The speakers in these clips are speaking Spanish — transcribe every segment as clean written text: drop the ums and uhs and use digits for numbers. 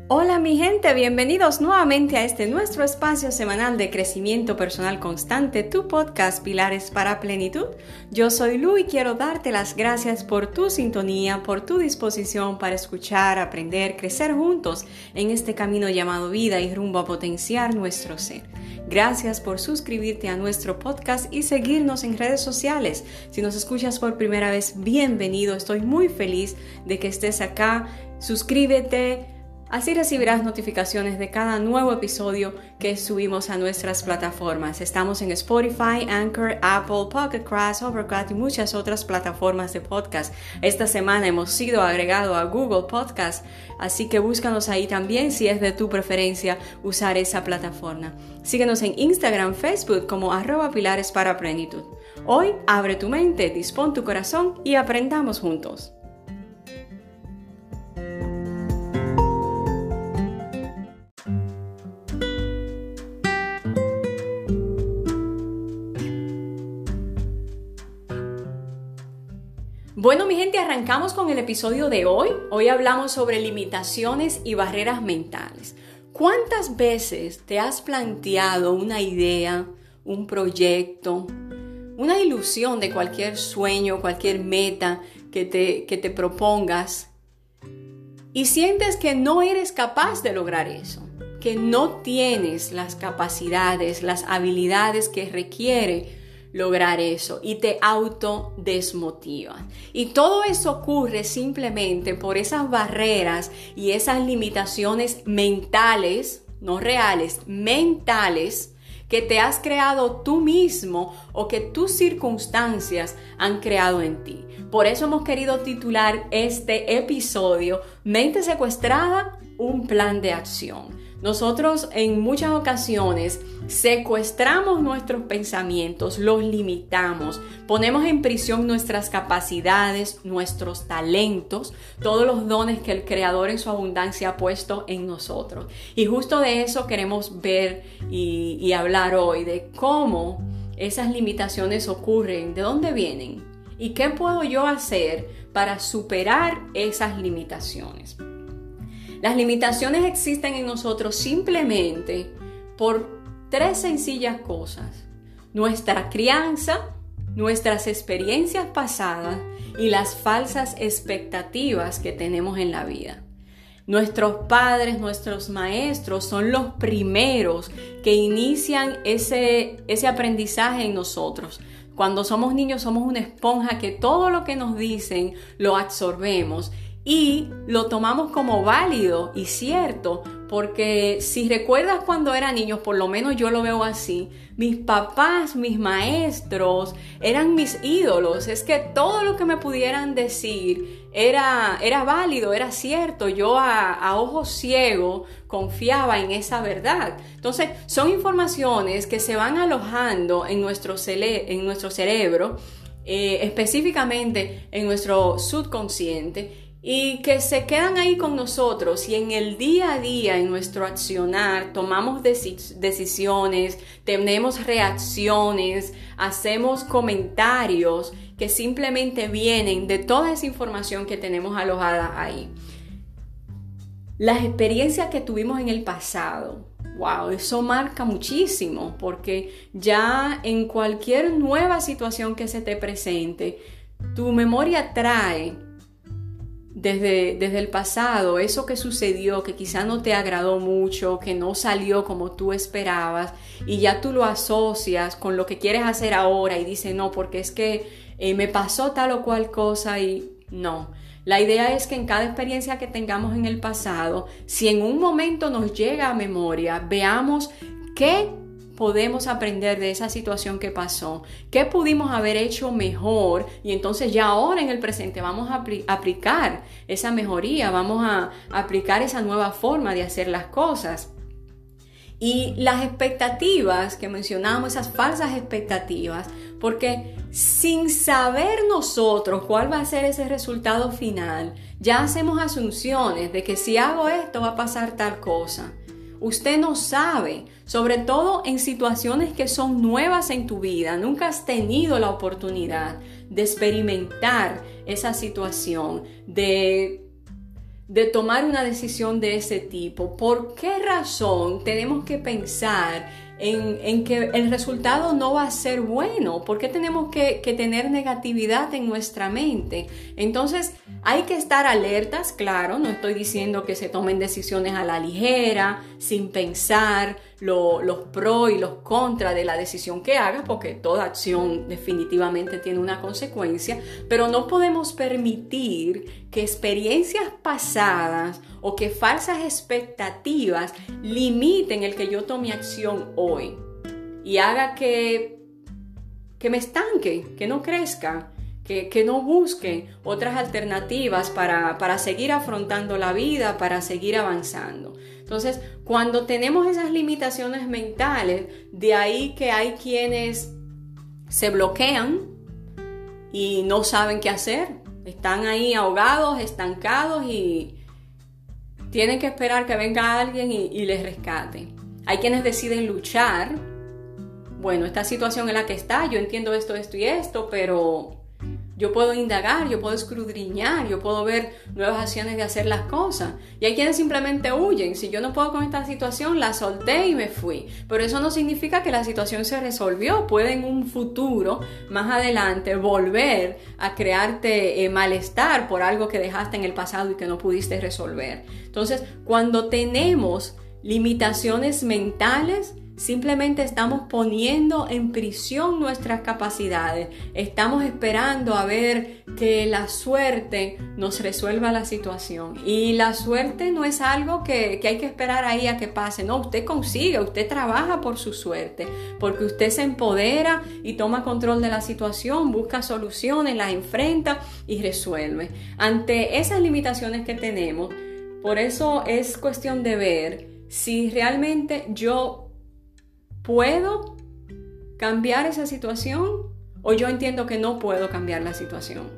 Hola mi gente, bienvenidos nuevamente a este nuestro espacio semanal de crecimiento personal constante, tu podcast Pilares para Plenitud. Yo soy Lu y quiero darte las gracias por tu sintonía, por tu disposición para escuchar, aprender, crecer juntos en este camino llamado vida y rumbo a potenciar nuestro ser. Gracias por suscribirte a nuestro podcast y seguirnos en redes sociales. Si nos escuchas por primera vez, bienvenido. Estoy muy feliz de que estés acá. Suscríbete. Así recibirás notificaciones de cada nuevo episodio que subimos a nuestras plataformas. Estamos en Spotify, Anchor, Apple, Pocket Cast, Overcast y muchas otras plataformas de podcast. Esta semana hemos sido agregados a Google Podcast, así que búscanos ahí también si es de tu preferencia usar esa plataforma. Síguenos en Instagram, Facebook como @Pilares para Plenitud. Hoy abre tu mente, dispón tu corazón y aprendamos juntos. Bueno, mi gente, arrancamos con el episodio de hoy. Hoy hablamos sobre limitaciones y barreras mentales. ¿Cuántas veces te has planteado una idea, un proyecto, una ilusión de cualquier sueño, cualquier meta que te propongas y sientes que no eres capaz de lograr eso? Que no tienes las capacidades, las habilidades que requiere lograr eso y te autodesmotiva. Y todo eso ocurre simplemente por esas barreras y esas limitaciones mentales, no reales, mentales, que te has creado tú mismo o que tus circunstancias han creado en ti. Por eso hemos querido titular este episodio Mente secuestrada, un plan de acción. Nosotros en muchas ocasiones secuestramos nuestros pensamientos, los limitamos, ponemos en prisión nuestras capacidades, nuestros talentos, todos los dones que el Creador en su abundancia ha puesto en nosotros. Y justo de eso queremos ver y hablar hoy, de cómo esas limitaciones ocurren, de dónde vienen y qué puedo yo hacer para superar esas limitaciones. Las limitaciones existen en nosotros simplemente por tres sencillas cosas: nuestra crianza, nuestras experiencias pasadas y las falsas expectativas que tenemos en la vida. Nuestros padres, nuestros maestros son los primeros que inician ese aprendizaje en nosotros. Cuando somos niños somos una esponja que todo lo que nos dicen lo absorbemos y lo tomamos como válido y cierto, porque si recuerdas cuando era niño, por lo menos yo lo veo así, mis papás, mis maestros eran mis ídolos. Es que todo lo que me pudieran decir era válido, era cierto. Yo a ojo ciego confiaba en esa verdad. Entonces son informaciones que se van alojando en nuestro cerebro, específicamente en nuestro subconsciente, y que se quedan ahí con nosotros, y en el día a día, en nuestro accionar, tomamos decisiones, tenemos reacciones, hacemos comentarios que simplemente vienen de toda esa información que tenemos alojada ahí. Las experiencias que tuvimos en el pasado, wow, eso marca muchísimo, porque ya en cualquier nueva situación que se te presente, tu memoria trae desde el pasado eso que sucedió, que quizá no te agradó mucho, que no salió como tú esperabas, y ya tú lo asocias con lo que quieres hacer ahora y dices, no, porque es que me pasó tal o cual cosa. Y no, la idea es que en cada experiencia que tengamos en el pasado, si en un momento nos llega a memoria, veamos qué podemos aprender de esa situación que pasó, qué pudimos haber hecho mejor, y entonces ya ahora en el presente vamos a aplicar esa mejoría, vamos a aplicar esa nueva forma de hacer las cosas. Y las expectativas que mencionamos, esas falsas expectativas, porque sin saber nosotros cuál va a ser ese resultado final, ya hacemos asunciones de que si hago esto va a pasar tal cosa. Usted no sabe, sobre todo en situaciones que son nuevas en tu vida. Nunca has tenido la oportunidad de experimentar esa situación, de de tomar una decisión de ese tipo? ¿Por qué razón tenemos que pensar en que el resultado no va a ser bueno? ¿Por qué tenemos que tener negatividad en nuestra mente? Entonces, hay que estar alertas, claro, no estoy diciendo que se tomen decisiones a la ligera, sin pensar los pros y los contras de la decisión que hagas, porque toda acción definitivamente tiene una consecuencia, pero no podemos permitir que experiencias pasadas o que falsas expectativas limiten el que yo tome acción hoy y haga que me estanque, que no crezca, que no busque otras alternativas para seguir afrontando la vida, para seguir avanzando. Entonces, cuando tenemos esas limitaciones mentales, de ahí que hay quienes se bloquean y no saben qué hacer. Están ahí ahogados, estancados y tienen que esperar que venga alguien y les rescate. Hay quienes deciden luchar. Bueno, esta situación en la que está, yo entiendo esto y esto, pero yo puedo indagar, yo puedo escudriñar, yo puedo ver nuevas acciones de hacer las cosas. Y hay quienes simplemente huyen. Si yo no puedo con esta situación, la solté y me fui. Pero eso no significa que la situación se resolvió. Puede en un futuro, más adelante, volver a crearte malestar por algo que dejaste en el pasado y que no pudiste resolver. Entonces, cuando tenemos limitaciones mentales, simplemente estamos poniendo en prisión nuestras capacidades. Estamos esperando a ver que la suerte nos resuelva la situación. Y la suerte no es algo que hay que esperar ahí a que pase. No, usted consigue, usted trabaja por su suerte, porque usted se empodera y toma control de la situación, busca soluciones, las enfrenta y resuelve. Ante esas limitaciones que tenemos, por eso es cuestión de ver si realmente yo ¿puedo cambiar esa situación o yo entiendo que no puedo cambiar la situación?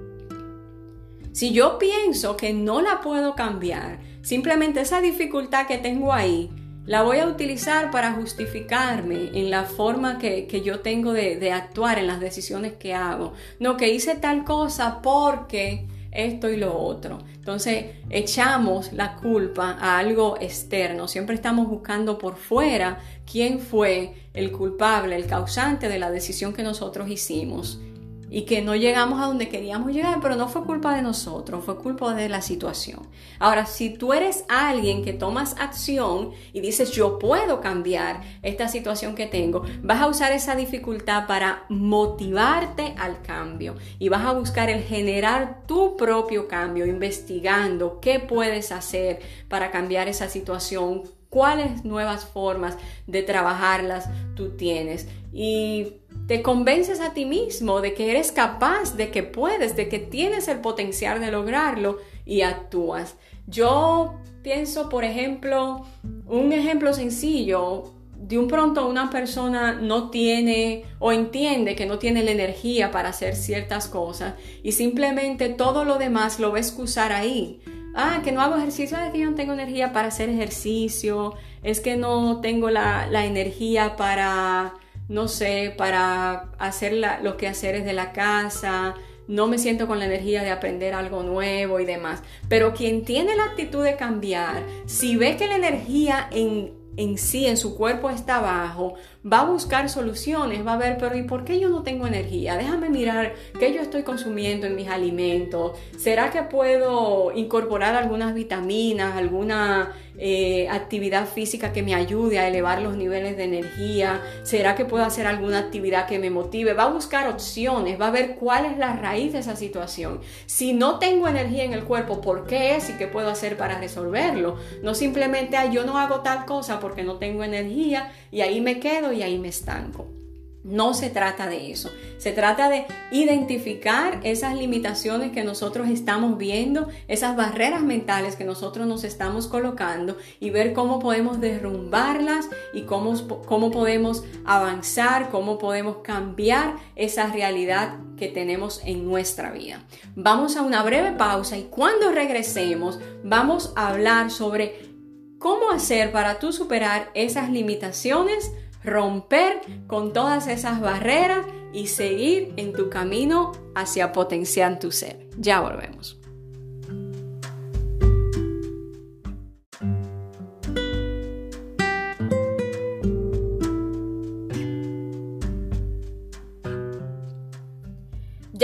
Si yo pienso que no la puedo cambiar, simplemente esa dificultad que tengo ahí, la voy a utilizar para justificarme en la forma que yo tengo de actuar, en las decisiones que hago. No, que hice tal cosa porque esto y lo otro. Entonces echamos la culpa a algo externo. Siempre estamos buscando por fuera quién fue el culpable, el causante de la decisión que nosotros hicimos y que no llegamos a donde queríamos llegar, pero no fue culpa de nosotros, fue culpa de la situación. Ahora, si tú eres alguien que tomas acción y dices yo puedo cambiar esta situación que tengo, vas a usar esa dificultad para motivarte al cambio y vas a buscar el generar tu propio cambio, investigando qué puedes hacer para cambiar esa situación, cuáles nuevas formas de trabajarlas tú tienes y te convences a ti mismo de que eres capaz, de que puedes, de que tienes el potencial de lograrlo y actúas. Yo pienso, por ejemplo, un ejemplo sencillo, de un pronto una persona no tiene o entiende que no tiene la energía para hacer ciertas cosas y simplemente todo lo demás lo va a excusar ahí. Que no hago ejercicio, es que yo no tengo energía para hacer ejercicio, es que no tengo la energía para, no sé, para hacer los quehaceres de la casa, no me siento con la energía de aprender algo nuevo y demás. Pero quien tiene la actitud de cambiar, si ve que la energía en sí, en su cuerpo está bajo, va a buscar soluciones, va a ver, pero ¿y por qué yo no tengo energía? Déjame mirar qué yo estoy consumiendo en mis alimentos. ¿Será que puedo incorporar algunas vitaminas, alguna actividad física que me ayude a elevar los niveles de energía? ¿Será que puedo hacer alguna actividad que me motive? Va a buscar opciones, va a ver cuál es la raíz de esa situación. Si no tengo energía en el cuerpo, ¿por qué es y qué puedo hacer para resolverlo? No simplemente, yo no hago tal cosa porque no tengo energía y ahí me quedo y ahí me estanco. No se trata de eso, se trata de identificar esas limitaciones que nosotros estamos viendo, esas barreras mentales que nosotros nos estamos colocando y ver cómo podemos derrumbarlas y cómo podemos avanzar, cómo podemos cambiar esa realidad que tenemos en nuestra vida. Vamos a una breve pausa y cuando regresemos vamos a hablar sobre cómo hacer para tú superar esas limitaciones, romper con todas esas barreras y seguir en tu camino hacia potenciar tu ser. Ya volvemos.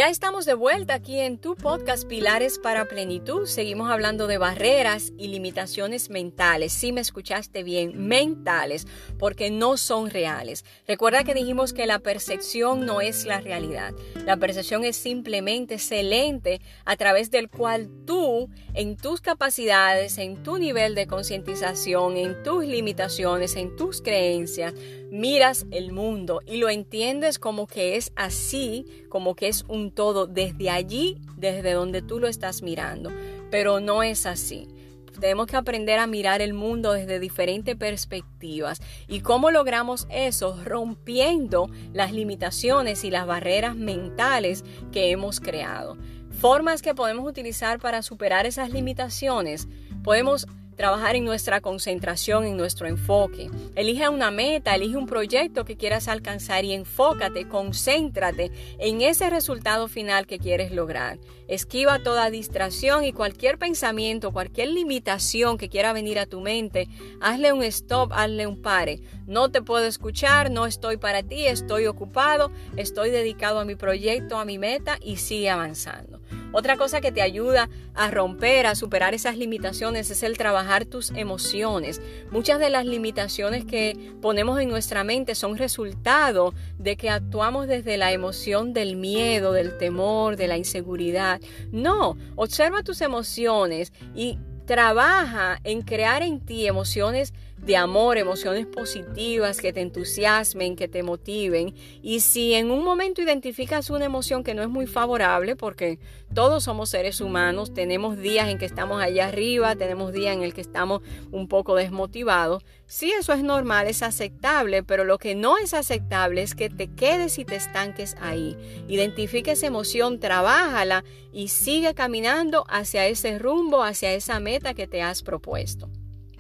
Ya estamos de vuelta aquí en tu podcast Pilares para Plenitud. Seguimos hablando de barreras y limitaciones mentales. Si me escuchaste bien, mentales, porque no son reales. Recuerda que dijimos que la percepción no es la realidad. La percepción es simplemente ese lente a través del cual tú, en tus capacidades, en tu nivel de concientización, en tus limitaciones, en tus creencias, miras el mundo y lo entiendes como que es así, como que es un todo desde allí, desde donde tú lo estás mirando. Pero no es así. Tenemos que aprender a mirar el mundo desde diferentes perspectivas. ¿Y cómo logramos eso? Rompiendo las limitaciones y las barreras mentales que hemos creado. Formas que podemos utilizar para superar esas limitaciones. Podemos trabajar en nuestra concentración, en nuestro enfoque. Elige una meta, elige un proyecto que quieras alcanzar y enfócate, concéntrate en ese resultado final que quieres lograr. Esquiva toda distracción y cualquier pensamiento, cualquier limitación que quiera venir a tu mente, hazle un stop, hazle un pare. No te puedo escuchar, no estoy para ti, estoy ocupado, estoy dedicado a mi proyecto, a mi meta y sigue avanzando. Otra cosa que te ayuda a romper, a superar esas limitaciones es el trabajar tus emociones. Muchas de las limitaciones que ponemos en nuestra mente son resultado de que actuamos desde la emoción del miedo, del temor, de la inseguridad. No, observa tus emociones y trabaja en crear en ti emociones de amor, emociones positivas que te entusiasmen, que te motiven. Y si en un momento identificas una emoción que no es muy favorable, porque todos somos seres humanos, tenemos días en que estamos allá arriba, tenemos días en el que estamos un poco desmotivados. Sí, eso es normal, es aceptable, pero lo que no es aceptable es que te quedes y te estanques ahí. Identifica esa emoción, trabájala y sigue caminando hacia ese rumbo, hacia esa meta que te has propuesto.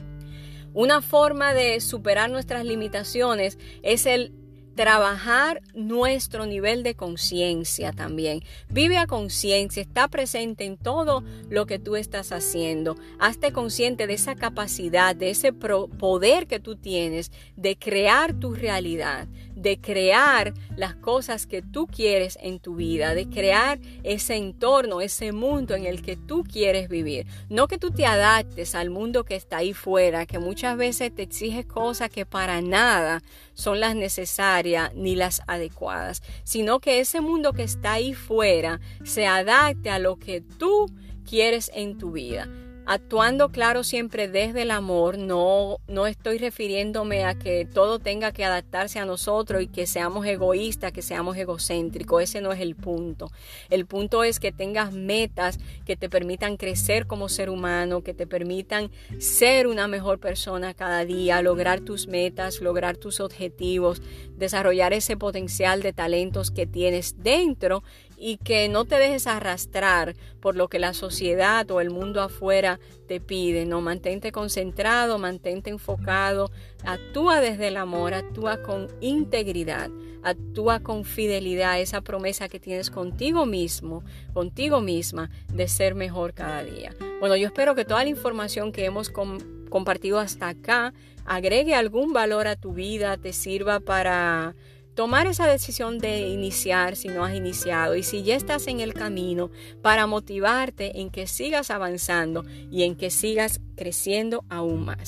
Una forma de superar nuestras limitaciones es el trabajar nuestro nivel de conciencia también. Vive a conciencia, está presente en todo lo que tú estás haciendo. Hazte consciente de esa capacidad, de ese poder que tú tienes de crear tu realidad, de crear las cosas que tú quieres en tu vida, de crear ese entorno, ese mundo en el que tú quieres vivir. No que tú te adaptes al mundo que está ahí fuera, que muchas veces te exige cosas que para nada son las necesarias ni las adecuadas, sino que ese mundo que está ahí fuera se adapte a lo que tú quieres en tu vida. Actuando, claro, siempre desde el amor. No estoy refiriéndome a que todo tenga que adaptarse a nosotros y que seamos egoístas, que seamos egocéntricos. Ese no es el punto. El punto es que tengas metas que te permitan crecer como ser humano, que te permitan ser una mejor persona cada día, lograr tus metas, lograr tus objetivos, desarrollar ese potencial de talentos que tienes dentro y que no te dejes arrastrar por lo que la sociedad o el mundo afuera te pide. No, mantente concentrado, mantente enfocado, actúa desde el amor, actúa con integridad, actúa con fidelidad a esa promesa que tienes contigo mismo, contigo misma, de ser mejor cada día. Bueno, yo espero que toda la información que hemos compartido hasta acá agregue algún valor a tu vida, te sirva para tomar esa decisión de iniciar si no has iniciado, y si ya estás en el camino, para motivarte en que sigas avanzando y en que sigas creciendo aún más.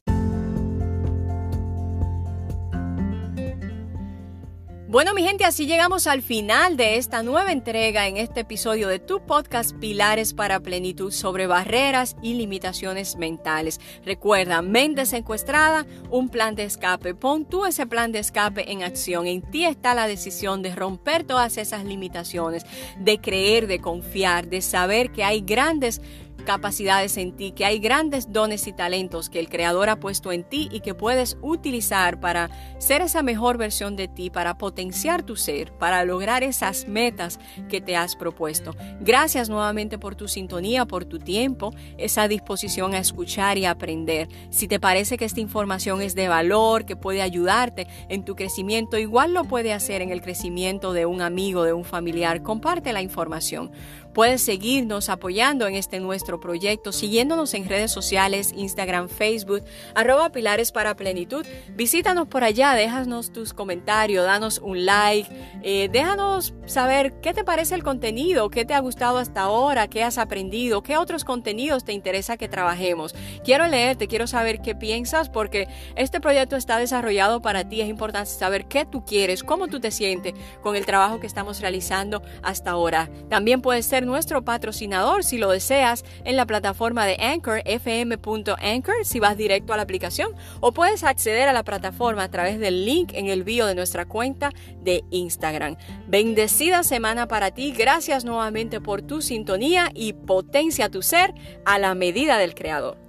Bueno, mi gente, así llegamos al final de esta nueva entrega en este episodio de tu podcast Pilares para Plenitud sobre barreras y limitaciones mentales. Recuerda, mente secuestrada, un plan de escape. Pon tú ese plan de escape en acción. En ti está la decisión de romper todas esas limitaciones, de creer, de confiar, de saber que hay grandes capacidades en ti, que hay grandes dones y talentos que el Creador ha puesto en ti y que puedes utilizar para ser esa mejor versión de ti, para potenciar tu ser, para lograr esas metas que te has propuesto. Gracias nuevamente por tu sintonía, por tu tiempo, esa disposición a escuchar y aprender. Si te parece que esta información es de valor, que puede ayudarte en tu crecimiento, igual lo puede hacer en el crecimiento de un amigo, de un familiar. Comparte la información. Puedes seguirnos apoyando en este nuestro proyecto, siguiéndonos en redes sociales, Instagram, Facebook, @Pilares para Plenitud. Visítanos por allá, déjanos tus comentarios, danos un like, déjanos saber qué te parece el contenido, qué te ha gustado hasta ahora, qué has aprendido, qué otros contenidos te interesa que trabajemos. Quiero leerte, quiero saber qué piensas, porque este proyecto está desarrollado para ti. Es importante saber qué tú quieres, cómo tú te sientes con el trabajo que estamos realizando hasta ahora. También puedes ser nuestro patrocinador si lo deseas en la plataforma de Anchor, fm.anchor, si vas directo a la aplicación, o puedes acceder a la plataforma a través del link en el bio de nuestra cuenta de Instagram. Bendecida semana para ti. Gracias nuevamente por tu sintonía y potencia tu ser a la medida del Creador.